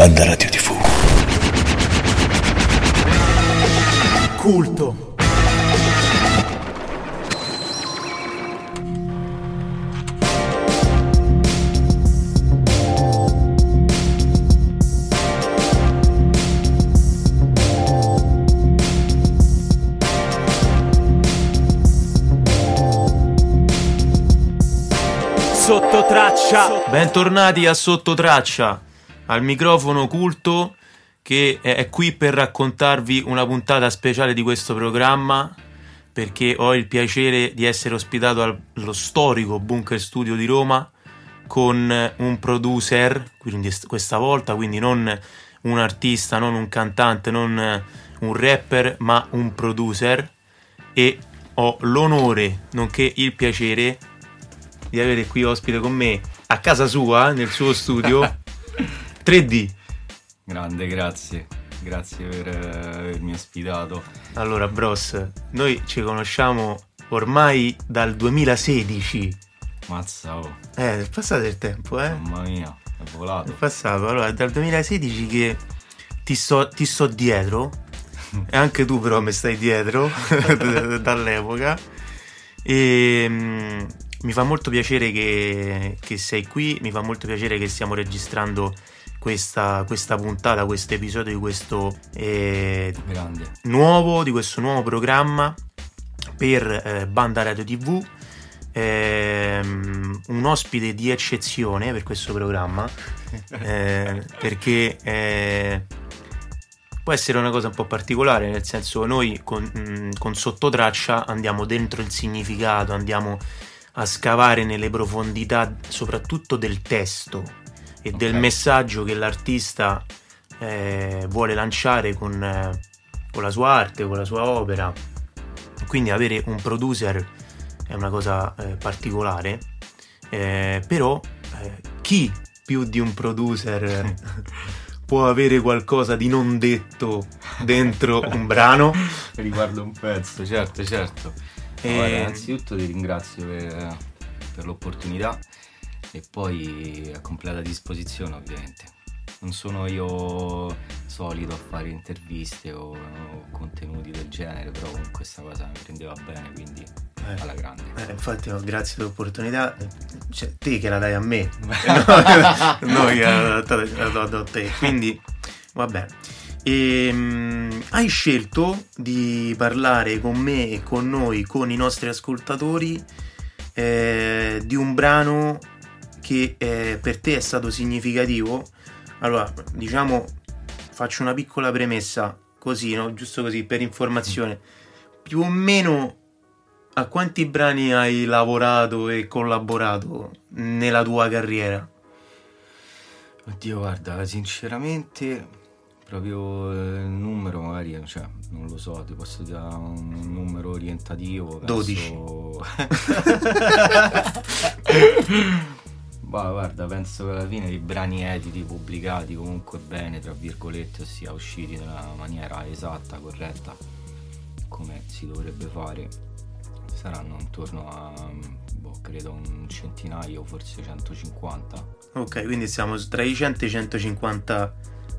Banda Radio TV. Culto. Sottotraccia. Bentornati a Sottotraccia, al microfono Culto, che è qui per raccontarvi una puntata speciale di questo programma, perché ho il piacere di essere ospitato allo storico Bunker Studio di Roma con un producer, quindi questa volta, quindi non un artista, non un cantante, non un rapper, ma un producer, e ho l'onore, nonché il piacere di avere qui ospite con me a casa sua, nel suo studio, 3D. Grande, grazie per avermi ospitato. Allora, bros, noi ci conosciamo ormai dal 2016. Mazza, oh. È passato il tempo, Mamma mia, è volato. È passato, allora, è dal 2016 che ti sto dietro, e anche tu però mi stai dietro, dall'epoca, e mi fa molto piacere che sei qui, mi fa molto piacere che stiamo registrando questa puntata, questo episodio di questo nuovo programma per Banda Radio TV. Un ospite di eccezione per questo programma, perché può essere una cosa un po' particolare, nel senso, noi con Sottotraccia andiamo dentro il significato, andiamo a scavare nelle profondità soprattutto del testo e del messaggio che l'artista vuole lanciare con la sua arte, con la sua opera. Quindi avere un producer è una cosa particolare, però chi più di un producer può avere qualcosa di non detto dentro un brano riguardo un pezzo, certo. Allora, innanzitutto ti ringrazio per l'opportunità, e poi a completa disposizione, ovviamente. Non sono io solito a fare interviste o contenuti del genere, però comunque questa cosa mi prendeva bene, quindi alla grande. Infatti, grazie dell'opportunità, cioè, te che la dai a me, no, che la do a te, quindi va bene. Hai scelto di parlare con me e con noi, con i nostri ascoltatori, di un brano che per te è stato significativo. Allora, diciamo, faccio una piccola premessa, così, no? Giusto così, per informazione. Più o meno a quanti brani hai lavorato e collaborato nella tua carriera? Oddio, guarda, sinceramente proprio il numero magari, cioè, non lo so, ti posso dare un numero orientativo, penso... 12. Bah, guarda, penso che alla fine i brani editi, pubblicati comunque bene, tra virgolette, ossia usciti nella maniera esatta, corretta, come si dovrebbe fare, saranno intorno a, credo un centinaio, forse 150. Ok, quindi siamo tra i 100 e i 150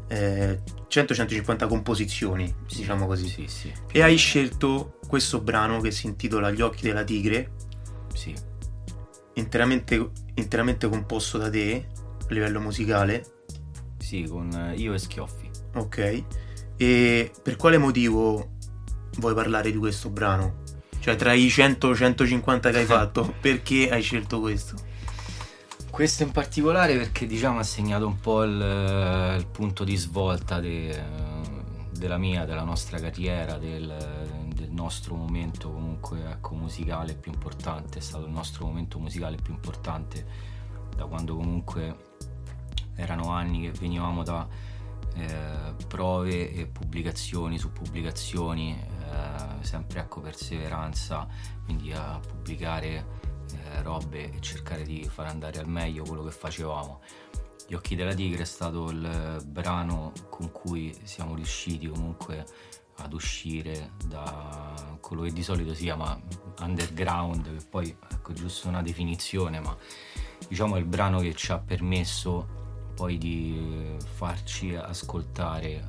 150 composizioni, diciamo così. Sì. E hai scelto questo brano che si intitola Gli occhi della tigre. Sì. Interamente composto da te a livello musicale. Sì, con io e Schioffi. Ok. E per quale motivo vuoi parlare di questo brano? Cioè, tra i 100-150 che hai fatto, perché hai scelto questo? Questo in particolare perché, diciamo, ha segnato un po' il punto di svolta della nostra carriera, del nostro momento comunque, ecco, musicale più importante. È stato il nostro momento musicale più importante, da quando comunque erano anni che venivamo da prove e pubblicazioni su pubblicazioni, sempre, ecco, perseveranza, quindi a pubblicare robe e cercare di far andare al meglio quello che facevamo. Gli occhi della tigre è stato il brano con cui siamo riusciti comunque ad uscire da quello che di solito si chiama underground, che poi, ecco, giusto una definizione, ma diciamo è il brano che ci ha permesso poi di farci ascoltare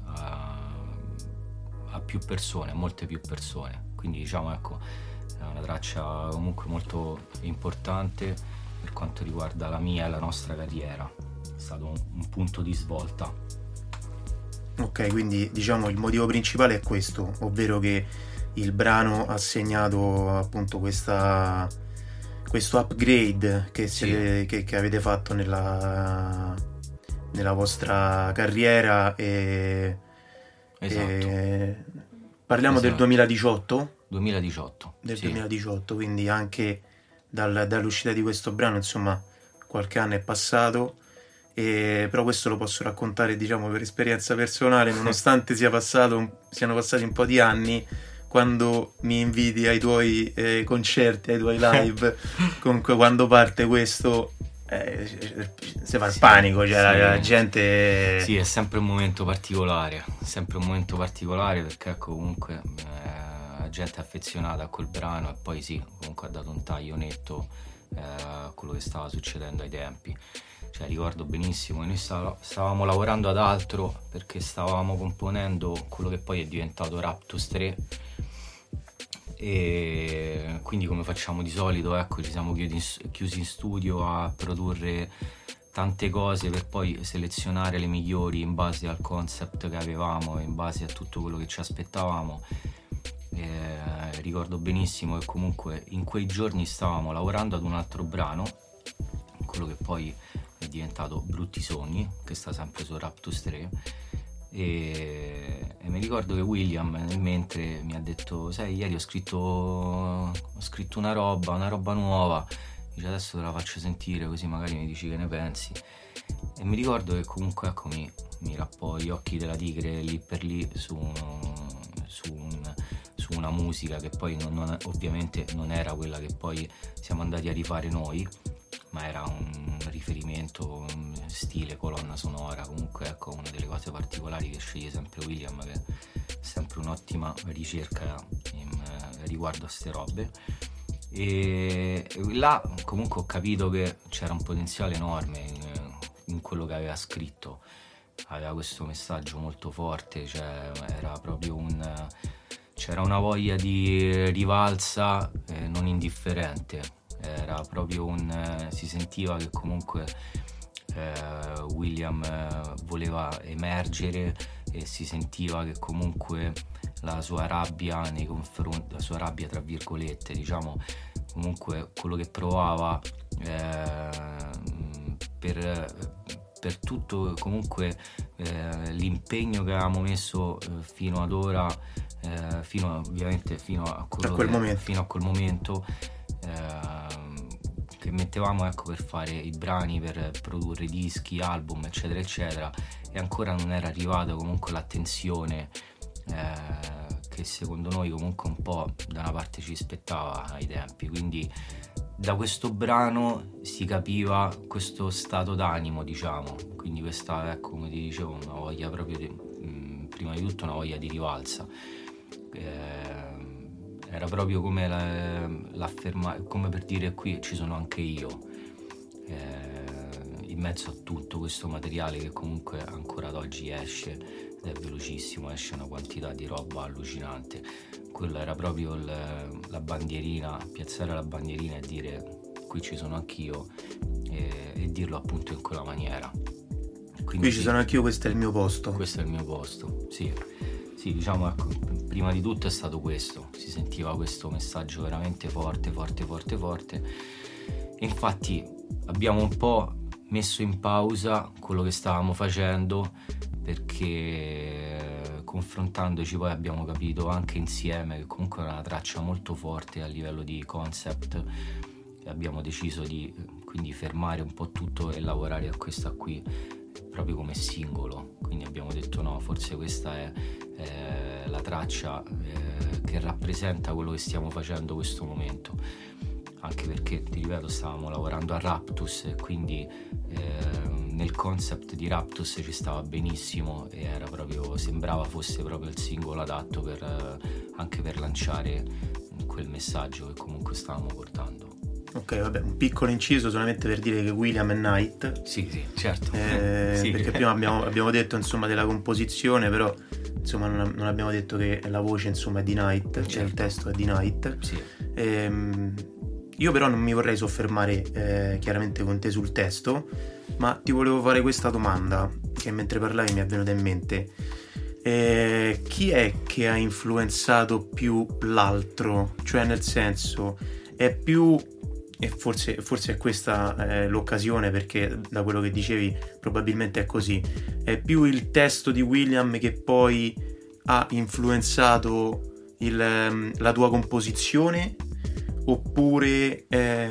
a più persone, a molte più persone. Quindi diciamo, ecco, è una traccia comunque molto importante per quanto riguarda la mia e la nostra carriera. È stato un punto di svolta. Ok, quindi diciamo il motivo principale è questo, ovvero che il brano ha segnato appunto questo upgrade che, che avete fatto nella vostra carriera Esatto. Parliamo del 2018? 2018. Del 2018, quindi anche dall'uscita di questo brano, insomma, qualche anno è passato. Però questo lo posso raccontare, diciamo, per esperienza personale, nonostante siano passati un po' di anni. Quando mi inviti ai tuoi concerti, ai tuoi live, comunque quando parte questo si fa il panico, cioè la gente... Sì, è sempre un momento particolare, perché ecco, comunque la gente è affezionata a quel brano e poi comunque ha dato un taglio netto a quello che stava succedendo ai tempi. Cioè, ricordo benissimo, noi stavamo lavorando ad altro perché stavamo componendo quello che poi è diventato Raptus 3, e quindi, come facciamo di solito, ecco, ci siamo chiusi in studio a produrre tante cose per poi selezionare le migliori in base al concept che avevamo, in base a tutto quello che ci aspettavamo. Ricordo benissimo che comunque in quei giorni stavamo lavorando ad un altro brano, quello che poi è diventato Brutti Sogni, che sta sempre su Raptus 3, e mi ricordo che William nel mentre mi ha detto: sai, ieri ho scritto una roba nuova, dice, adesso te la faccio sentire così magari mi dici che ne pensi. E mi ricordo che comunque, ecco, mi rappò Gli occhi della tigre lì per lì su una musica che poi ovviamente non era quella che poi siamo andati a rifare noi, ma era un riferimento, un stile, colonna sonora, comunque, ecco, una delle cose particolari che sceglie sempre William, che è sempre un'ottima ricerca riguardo a ste robe. E là comunque ho capito che c'era un potenziale enorme in quello che aveva scritto. Aveva questo messaggio molto forte, cioè era proprio c'era una voglia di rivalsa non indifferente. Era proprio si sentiva che comunque William voleva emergere, e si sentiva che comunque la sua rabbia nei confronti, la sua rabbia tra virgolette, diciamo, comunque quello che provava per tutto comunque l'impegno che avevamo messo fino ad ora, fino a quel momento, che mettevamo, ecco, per fare i brani, per produrre dischi, album, eccetera eccetera, e ancora non era arrivata comunque l'attenzione che secondo noi comunque un po' da una parte ci spettava ai tempi. Quindi da questo brano si capiva questo stato d'animo, diciamo, quindi questa, ecco, come ti dicevo, una voglia proprio prima di tutto una voglia di rivalsa. Era proprio come come per dire: qui ci sono anche io, in mezzo a tutto questo materiale che comunque ancora ad oggi esce, ed è velocissimo, esce una quantità di roba allucinante. Quella era proprio la bandierina, piazzare la bandierina e dire: qui ci sono anch'io, e dirlo appunto in quella maniera. Quindi, qui ci sono anch'io, questo è il mio posto. Questo è il mio posto, sì, diciamo, ecco, prima di tutto è stato questo, si sentiva questo messaggio veramente forte. E infatti abbiamo un po' messo in pausa quello che stavamo facendo, perché confrontandoci poi abbiamo capito anche insieme che comunque era una traccia molto forte a livello di concept, e abbiamo deciso di quindi fermare un po' tutto e lavorare a questa qui proprio come singolo. Quindi abbiamo detto: no, forse questa è la traccia che rappresenta quello che stiamo facendo questo momento, anche perché, ti ripeto, stavamo lavorando a Raptus, e quindi nel concept di Raptus ci stava benissimo, e era proprio, sembrava fosse proprio il singolo adatto anche per lanciare quel messaggio che comunque stavamo portando. Ok, vabbè, un piccolo inciso solamente per dire che William è Knight. Sì, certo. Sì. Perché prima abbiamo detto insomma della composizione, però insomma non abbiamo detto che la voce insomma è di Knight, Certo. cioè il testo è di Knight. Sì. Io però non mi vorrei soffermare chiaramente con te sul testo, ma ti volevo fare questa domanda che mentre parlavi mi è venuta in mente. Chi è che ha influenzato più l'altro? Cioè, nel senso, è più, e forse è questa l'occasione, perché da quello che dicevi probabilmente è così, è più il testo di William che poi ha influenzato la tua composizione, oppure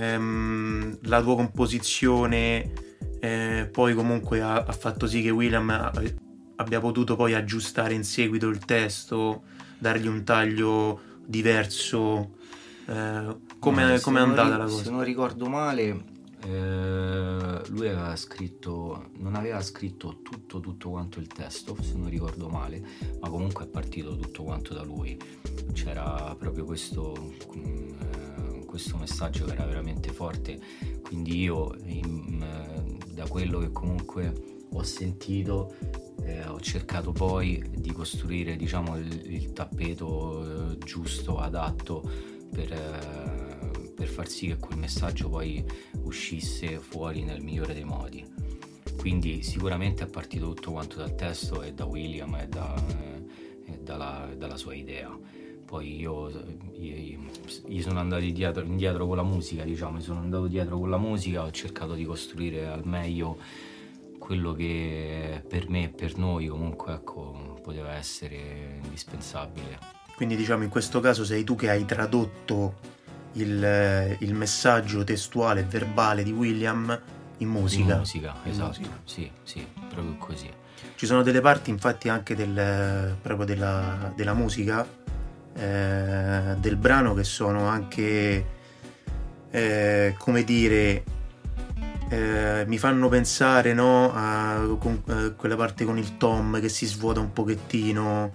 la tua composizione poi comunque ha fatto sì che William abbia potuto poi aggiustare in seguito il testo, dargli un taglio diverso? Come è andata la cosa? Se non ricordo male, lui non aveva scritto tutto quanto il testo, se non ricordo male, ma comunque è partito tutto quanto da lui. C'era proprio questo messaggio che era veramente forte, quindi io da quello che comunque ho sentito ho cercato poi di costruire, diciamo, il tappeto giusto, adatto per far sì che quel messaggio poi uscisse fuori nel migliore dei modi. Quindi sicuramente è partito tutto quanto dal testo e da William e dalla sua idea. Poi io sono andato indietro con la musica, diciamo, ho cercato di costruire al meglio quello che per me e per noi comunque, ecco, poteva essere indispensabile. Quindi diciamo in questo caso sei tu che hai tradotto il messaggio testuale e verbale di William in musica. Esatto, musica. Sì, proprio così. Ci sono delle parti infatti anche proprio della musica del brano che sono anche come dire, mi fanno pensare, no, a quella parte con il tom che si svuota un pochettino,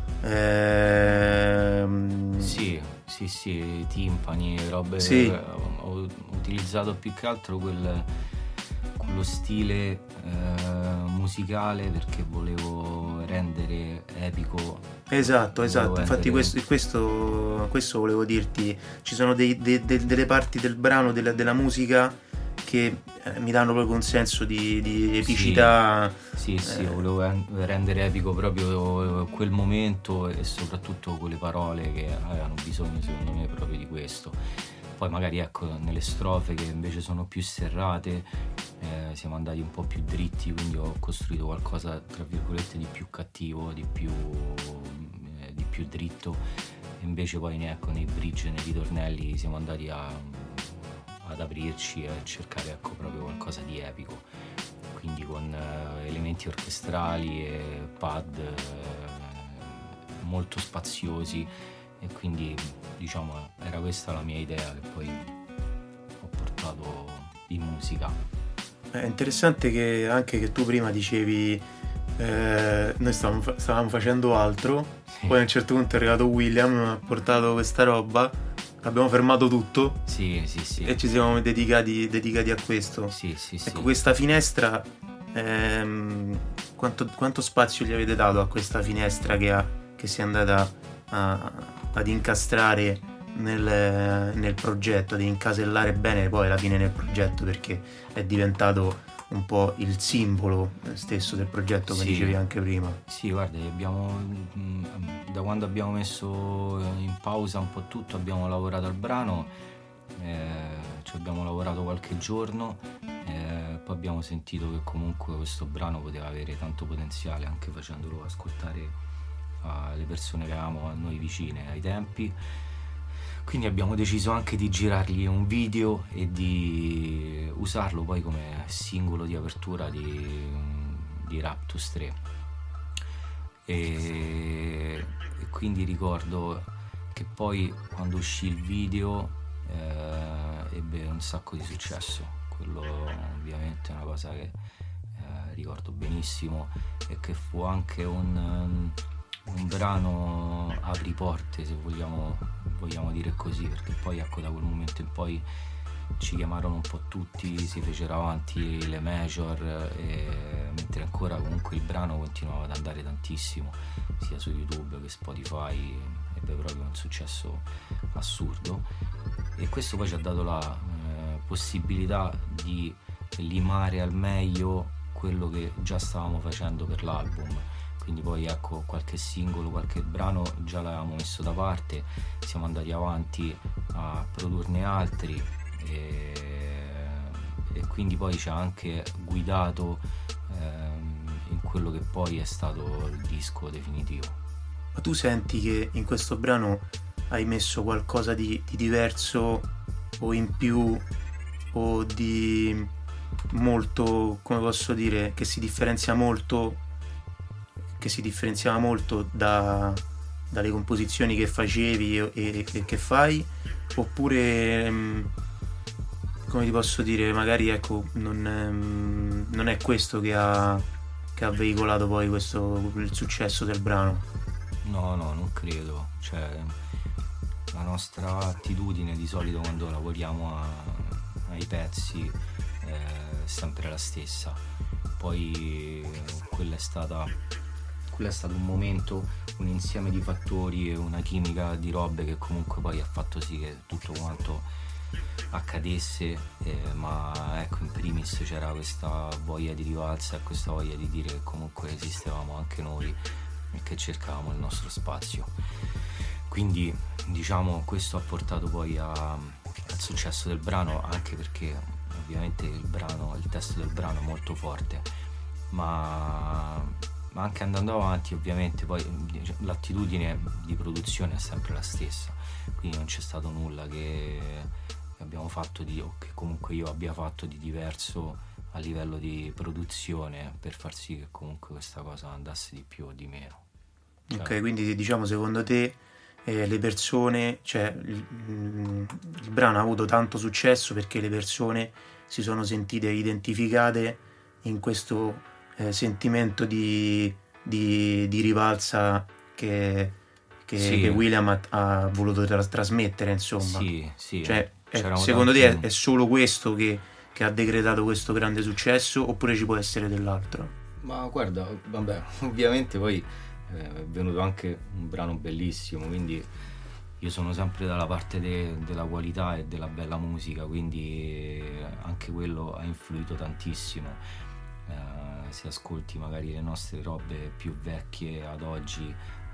sì, timpani, robe. Sì. Ho utilizzato più che altro quello stile musicale perché volevo rendere epico. Esatto. Infatti questo volevo dirti. Ci sono delle parti del brano, della musica che mi danno proprio un senso di epicità. Sì, volevo rendere epico proprio quel momento e soprattutto quelle parole che avevano bisogno, secondo me, proprio di questo. Poi magari, ecco, nelle strofe che invece sono più serrate siamo andati un po' più dritti, quindi ho costruito qualcosa, tra virgolette, di più cattivo, di più dritto, e invece poi nei bridge, nei ritornelli siamo andati ad aprirci e cercare, ecco, proprio qualcosa di epico, quindi con elementi orchestrali e pad molto spaziosi, e quindi, diciamo, era questa la mia idea che poi ho portato in musica. È interessante che anche che tu prima dicevi noi stavamo facendo altro, Sì. Poi a un certo punto è arrivato William, ha portato questa roba, abbiamo fermato tutto. Sì. E ci siamo dedicati a questo. Sì. Ecco, questa finestra, quanto spazio gli avete dato a questa finestra che si è andata ad incastrare nel progetto, ad incasellare bene poi alla fine nel progetto, perché è diventato un po' il simbolo stesso del progetto, come dicevi anche prima. Sì, guarda, da quando abbiamo messo in pausa un po' tutto, abbiamo lavorato al brano, ci abbiamo lavorato qualche giorno, poi abbiamo sentito che comunque questo brano poteva avere tanto potenziale anche facendolo ascoltare alle persone che avevamo a noi vicine ai tempi. Quindi abbiamo deciso anche di girargli un video e di usarlo poi come singolo di apertura di Raptus 3. E quindi ricordo che poi quando uscì il video ebbe un sacco di successo. Quello ovviamente è una cosa che ricordo benissimo, e che fu anche un brano apriporte, se vogliamo dire così, perché poi, ecco, da quel momento in poi ci chiamarono un po' tutti, si fecero avanti le major, mentre ancora comunque il brano continuava ad andare tantissimo sia su YouTube che Spotify, ebbe proprio un successo assurdo, e questo poi ci ha dato la possibilità di limare al meglio quello che già stavamo facendo per l'album. Quindi poi ecco, qualche singolo, qualche brano già l'avevamo messo da parte, siamo andati avanti a produrne altri, e quindi poi ci ha anche guidato in quello che poi è stato il disco definitivo. Ma tu senti che in questo brano hai messo qualcosa di diverso o in più, o di molto, come posso dire, che si differenziava molto dalle composizioni che facevi e che fai, oppure come ti posso dire, magari ecco non è questo che ha veicolato poi il successo del brano? No, non credo, cioè la nostra attitudine di solito quando lavoriamo ai pezzi è sempre la stessa. Poi quello è stato un momento, un insieme di fattori e una chimica di robe che comunque poi ha fatto sì che tutto quanto accadesse, ma ecco, in primis c'era questa voglia di rivalsa e questa voglia di dire che comunque esistevamo anche noi e che cercavamo il nostro spazio. Quindi diciamo questo ha portato poi al successo del brano, anche perché ovviamente il testo del brano è molto forte, ma anche andando avanti ovviamente poi l'attitudine di produzione è sempre la stessa, quindi non c'è stato nulla che abbiamo fatto o che comunque io abbia fatto di diverso a livello di produzione per far sì che comunque questa cosa andasse di più o di meno. Ok, quindi diciamo secondo te le persone, cioè il brano ha avuto tanto successo perché le persone si sono sentite identificate in questo sentimento di rivalsa che William ha voluto trasmettere, insomma. Sì. Cioè, secondo te è solo questo che ha decretato questo grande successo, oppure ci può essere dell'altro? Ma guarda, vabbè, ovviamente poi è venuto anche un brano bellissimo, quindi io sono sempre dalla parte della qualità e della bella musica, quindi anche quello ha influito tantissimo. Se ascolti magari le nostre robe più vecchie ad oggi,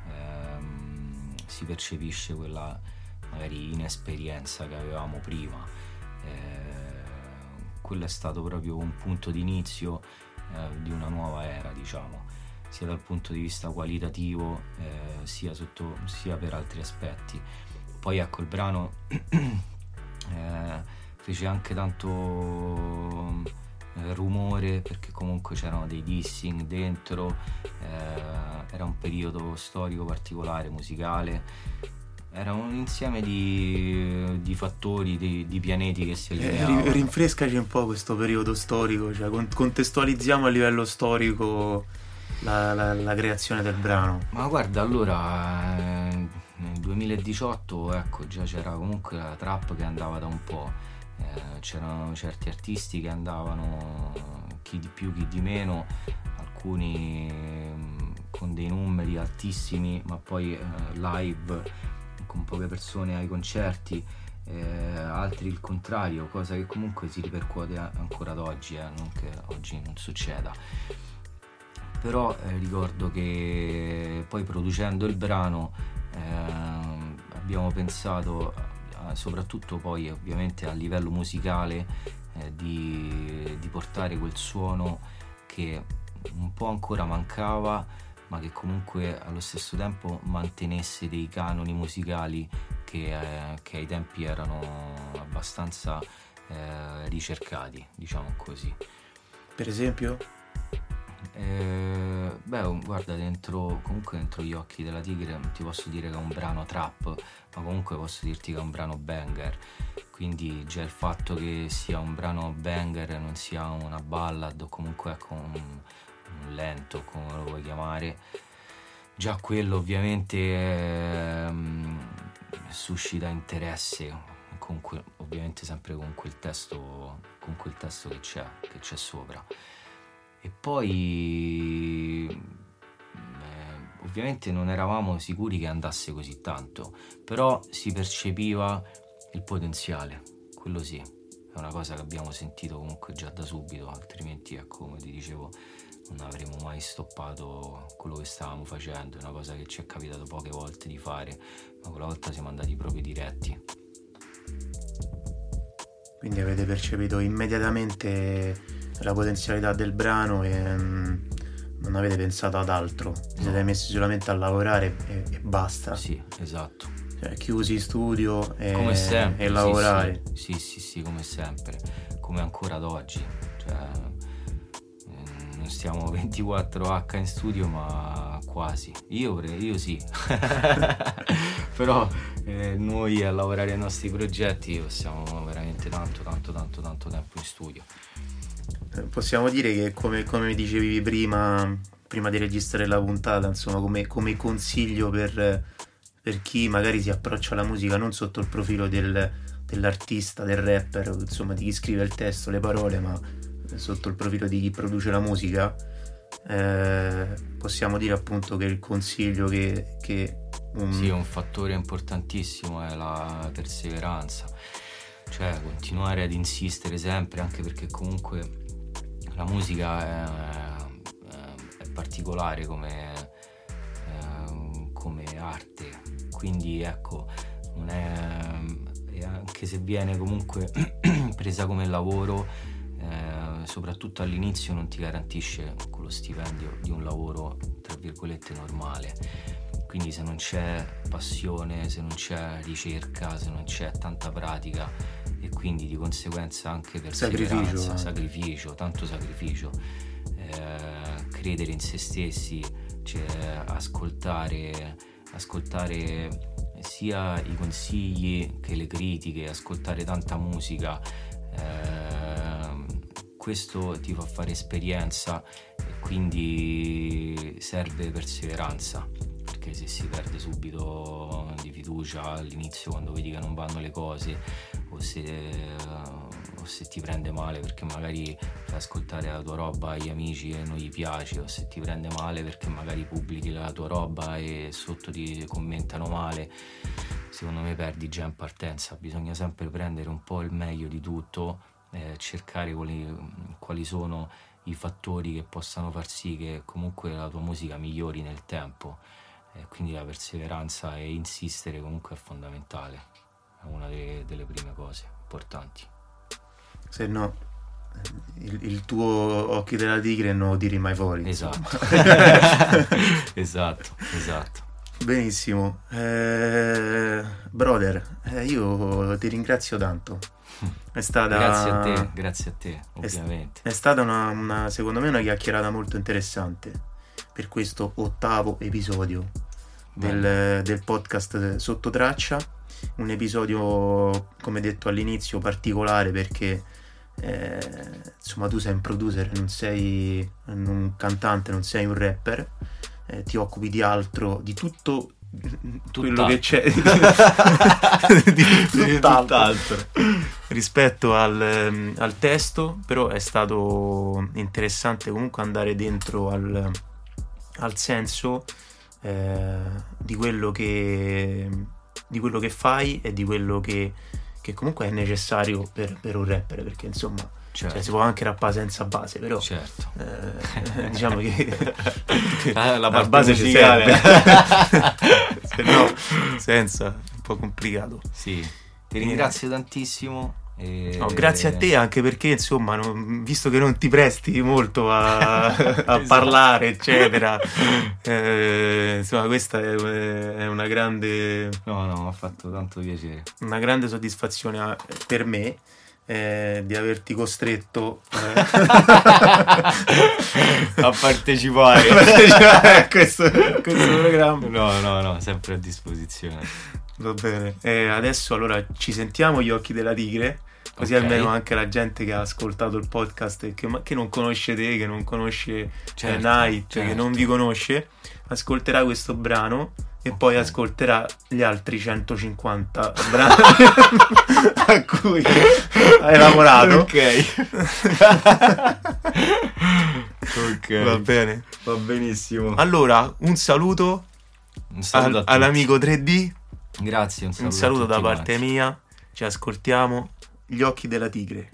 si percepisce quella magari inesperienza che avevamo prima. Quello è stato proprio un punto d'inizio di una nuova era, diciamo, sia dal punto di vista qualitativo sia per altri aspetti. Poi ecco, il brano fece anche tanto rumore perché comunque c'erano dei dissing dentro, era un periodo storico particolare, musicale, era un insieme di fattori, di pianeti che si allineavano. Rinfrescaci un po' questo periodo storico, cioè contestualizziamo a livello storico la creazione del brano. Ma guarda, allora nel 2018 ecco, già c'era comunque la trap che andava da un po', c'erano certi artisti che andavano, chi di più chi di meno, alcuni con dei numeri altissimi ma poi live con poche persone ai concerti, altri il contrario, cosa che comunque si ripercuote ancora ad oggi, non che oggi non succeda. Però ricordo che poi producendo il brano abbiamo pensato soprattutto poi ovviamente a livello musicale di portare quel suono che un po' ancora mancava, ma che comunque allo stesso tempo mantenesse dei canoni musicali che ai tempi erano abbastanza ricercati, diciamo così. Per esempio? Guarda, dentro gli occhi della tigre non ti posso dire che è un brano trap, ma comunque posso dirti che è un brano banger, quindi già il fatto che sia un brano banger e non sia una ballad o comunque ecco un lento, come lo vuoi chiamare, già quello ovviamente suscita interesse, comunque ovviamente sempre con quel testo che c'è sopra. E poi ovviamente non eravamo sicuri che andasse così tanto, però si percepiva il potenziale, quello sì, è una cosa che abbiamo sentito comunque già da subito, altrimenti come ti dicevo non avremmo mai stoppato quello che stavamo facendo. È una cosa che ci è capitato poche volte di fare, ma quella volta siamo andati proprio diretti. Quindi avete percepito immediatamente la potenzialità del brano e non avete pensato ad altro, vi siete messi solamente a lavorare e basta. Sì, esatto. Cioè, chiusi studio e, come sempre, e lavorare. Sì, come sempre, come ancora ad oggi. Cioè, non stiamo 24H in studio, ma quasi. Io sì. Però noi a lavorare ai nostri progetti passiamo veramente tanto tempo in studio. Possiamo dire che come dicevi prima di registrare la puntata, insomma, come consiglio per chi magari si approccia alla musica non sotto il profilo dell'artista, del rapper, insomma di chi scrive il testo, le parole, ma sotto il profilo di chi produce la musica, possiamo dire appunto che il consiglio che un fattore importantissimo è la perseveranza, cioè continuare ad insistere sempre, anche perché comunque la musica è particolare come arte, quindi ecco, non è, anche se viene comunque presa come lavoro, soprattutto all'inizio non ti garantisce con lo stipendio di un lavoro tra virgolette normale. Quindi se non c'è passione, se non c'è ricerca, se non c'è tanta pratica e quindi di conseguenza anche perseveranza, tanto sacrificio, credere in se stessi, cioè ascoltare sia i consigli che le critiche, ascoltare tanta musica, questo ti fa fare esperienza e quindi serve perseveranza, perché se si perde subito di fiducia all'inizio quando vedi che non vanno le cose, o se ti prende male perché magari fai ascoltare la tua roba agli amici e non gli piace, o se ti prende male perché magari pubblichi la tua roba e sotto ti commentano male, secondo me perdi già in partenza. Bisogna sempre prendere un po' il meglio di tutto, cercare quali sono i fattori che possano far sì che comunque la tua musica migliori nel tempo, quindi la perseveranza e insistere comunque è fondamentale, è una delle prime cose importanti. Se no il tuo Occhi della Tigre non lo tiri mai fuori. Esatto. esatto. Benissimo, brother, io ti ringrazio tanto. È stata... grazie a te ovviamente. È stata una secondo me una chiacchierata molto interessante per questo 8° episodio del podcast Sotto Traccia. Un episodio, come detto all'inizio, particolare perché insomma tu sei un producer, non sei un cantante, non sei un rapper, ti occupi di altro, di tutto quello che c'è di tutt'altro rispetto al testo, però è stato interessante comunque andare dentro al senso di quello che fai e di quello che comunque è necessario per un rapper, perché insomma cioè, si può anche rappare senza base, però certo. Diciamo che la base ci serve. Se no senza è un po' complicato. Sì, ti ringrazio tantissimo. No, grazie a te, anche perché insomma visto che non ti presti molto a esatto. parlare eccetera, insomma questa è una grande mi ha fatto tanto piacere, una grande soddisfazione per me di averti costretto a partecipare a questo programma. No, sempre a disposizione. Va bene, adesso allora ci sentiamo Gli Occhi della Tigre, così okay. Almeno anche la gente che ha ascoltato il podcast e che non conosce te, che non conosce Night, certo. Che non vi conosce, ascolterà questo brano e poi ascolterà gli altri 150 brani a cui hai lavorato. Ok. Va bene, va benissimo. Allora, un saluto all'amico 3D. Grazie, un saluto da parte mia. Ci ascoltiamo. Gli occhi della tigre.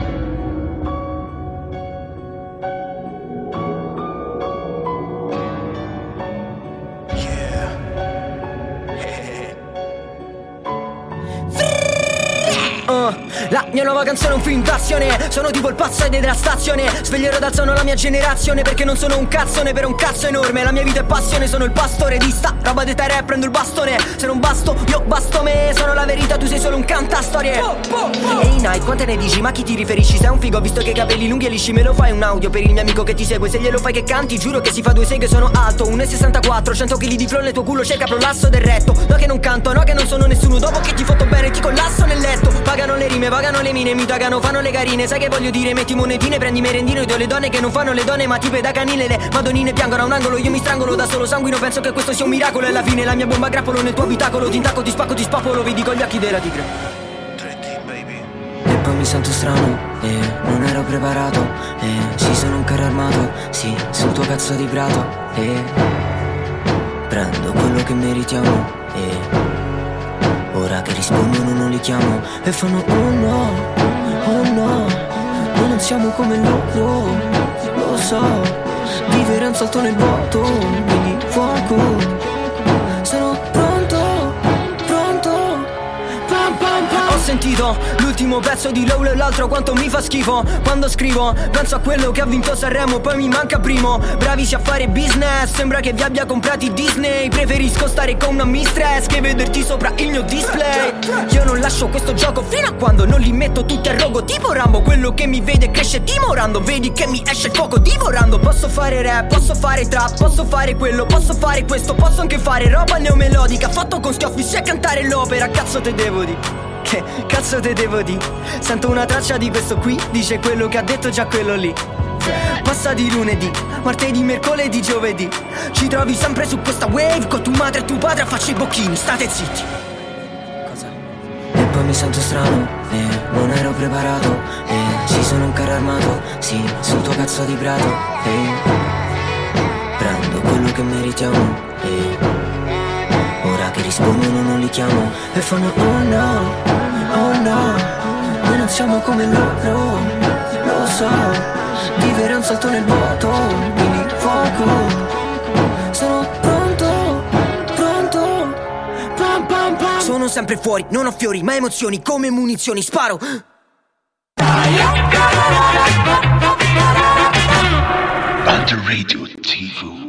La mia nuova canzone è un film d'azione. Sono tipo il pazzo della stazione. Sveglierò dal sonno la mia generazione, perché non sono un cazzone per un cazzo enorme. La mia vita è passione, sono il pastore di sta roba di terra e prendo il bastone. Se non basto, io basto me. Sono la verità, tu sei solo un cantastorie. Ehi Night, quante ne dici? Ma chi ti riferisci? Sei un figo, visto che hai capelli lunghi e lisci. Me lo fai un audio per il mio amico che ti segue. Se glielo fai che canti, giuro che si fa 2 seghe. Sono alto, 1,64, 100 kg di flow nel tuo culo. Cerca prollasso del retto. No che non canto, no che non sono nessuno. Dopo che ti fotto bene ti collasso nel letto. Pagano le rime, pagano le mine, mi tagano, fanno le carine. Sai che voglio dire, metti monetine, prendi merendino. Io do le donne che non fanno le donne, ma tipe da canile. Le madonnine piangono a un angolo, io mi strangolo da solo sanguino. Penso che questo sia un miracolo. E alla fine la mia bomba grappolo nel tuo abitacolo. Ti intacco, ti spacco, ti spapolo, vedi con gli occhi della tigre. 3D, baby. E poi mi sento strano, non ero preparato. Sì, sono un carro armato, sì, sul tuo cazzo di prato. Prendo quello che meritiamo. Ora che rispondono non li chiamo. E fanno oh no, noi non siamo come loro. Lo so, vivere un salto nel vuoto. Quindi fuoco, sono pronto, pam pam pam. Ho sentito l'ultimo pezzo di Lowell e l'altro quanto mi fa schifo. Quando scrivo penso a quello che ha vinto Sanremo, poi mi manca primo. Bravisi a fare business, sembra che vi abbia comprati Disney. Preferisco stare con una mistress che vederti sopra il mio display. Io non lascio questo gioco fino a quando non li metto tutti a rogo tipo Rambo. Quello che mi vede cresce timorando, vedi che mi esce il fuoco divorando. Posso fare rap, posso fare trap, posso fare quello, posso fare questo. Posso anche fare roba neomelodica, fatto con schioffi sia cantare l'opera. Cazzo te devo di? Che cazzo te devo di? Sento una traccia di questo qui, dice quello che ha detto già quello lì. Passa di lunedì, martedì, mercoledì, giovedì. Ci trovi sempre su questa wave con tua madre e tuo padre a faccia i bocchini, state zitti. Cosa? E poi mi sento strano, non ero preparato. Sì, sono un carro armato, sì, sul tuo cazzo di prato. Prendo quello che meritiamo. Ora che rispondono non li chiamo. E fanno oh no, noi non siamo come loro. Lo so, vivere un salto nel vuoto. Quindi fuoco, sono pronto, pam pam pam. Sono sempre fuori, non ho fiori ma emozioni come munizioni, sparo. Under Radio TV.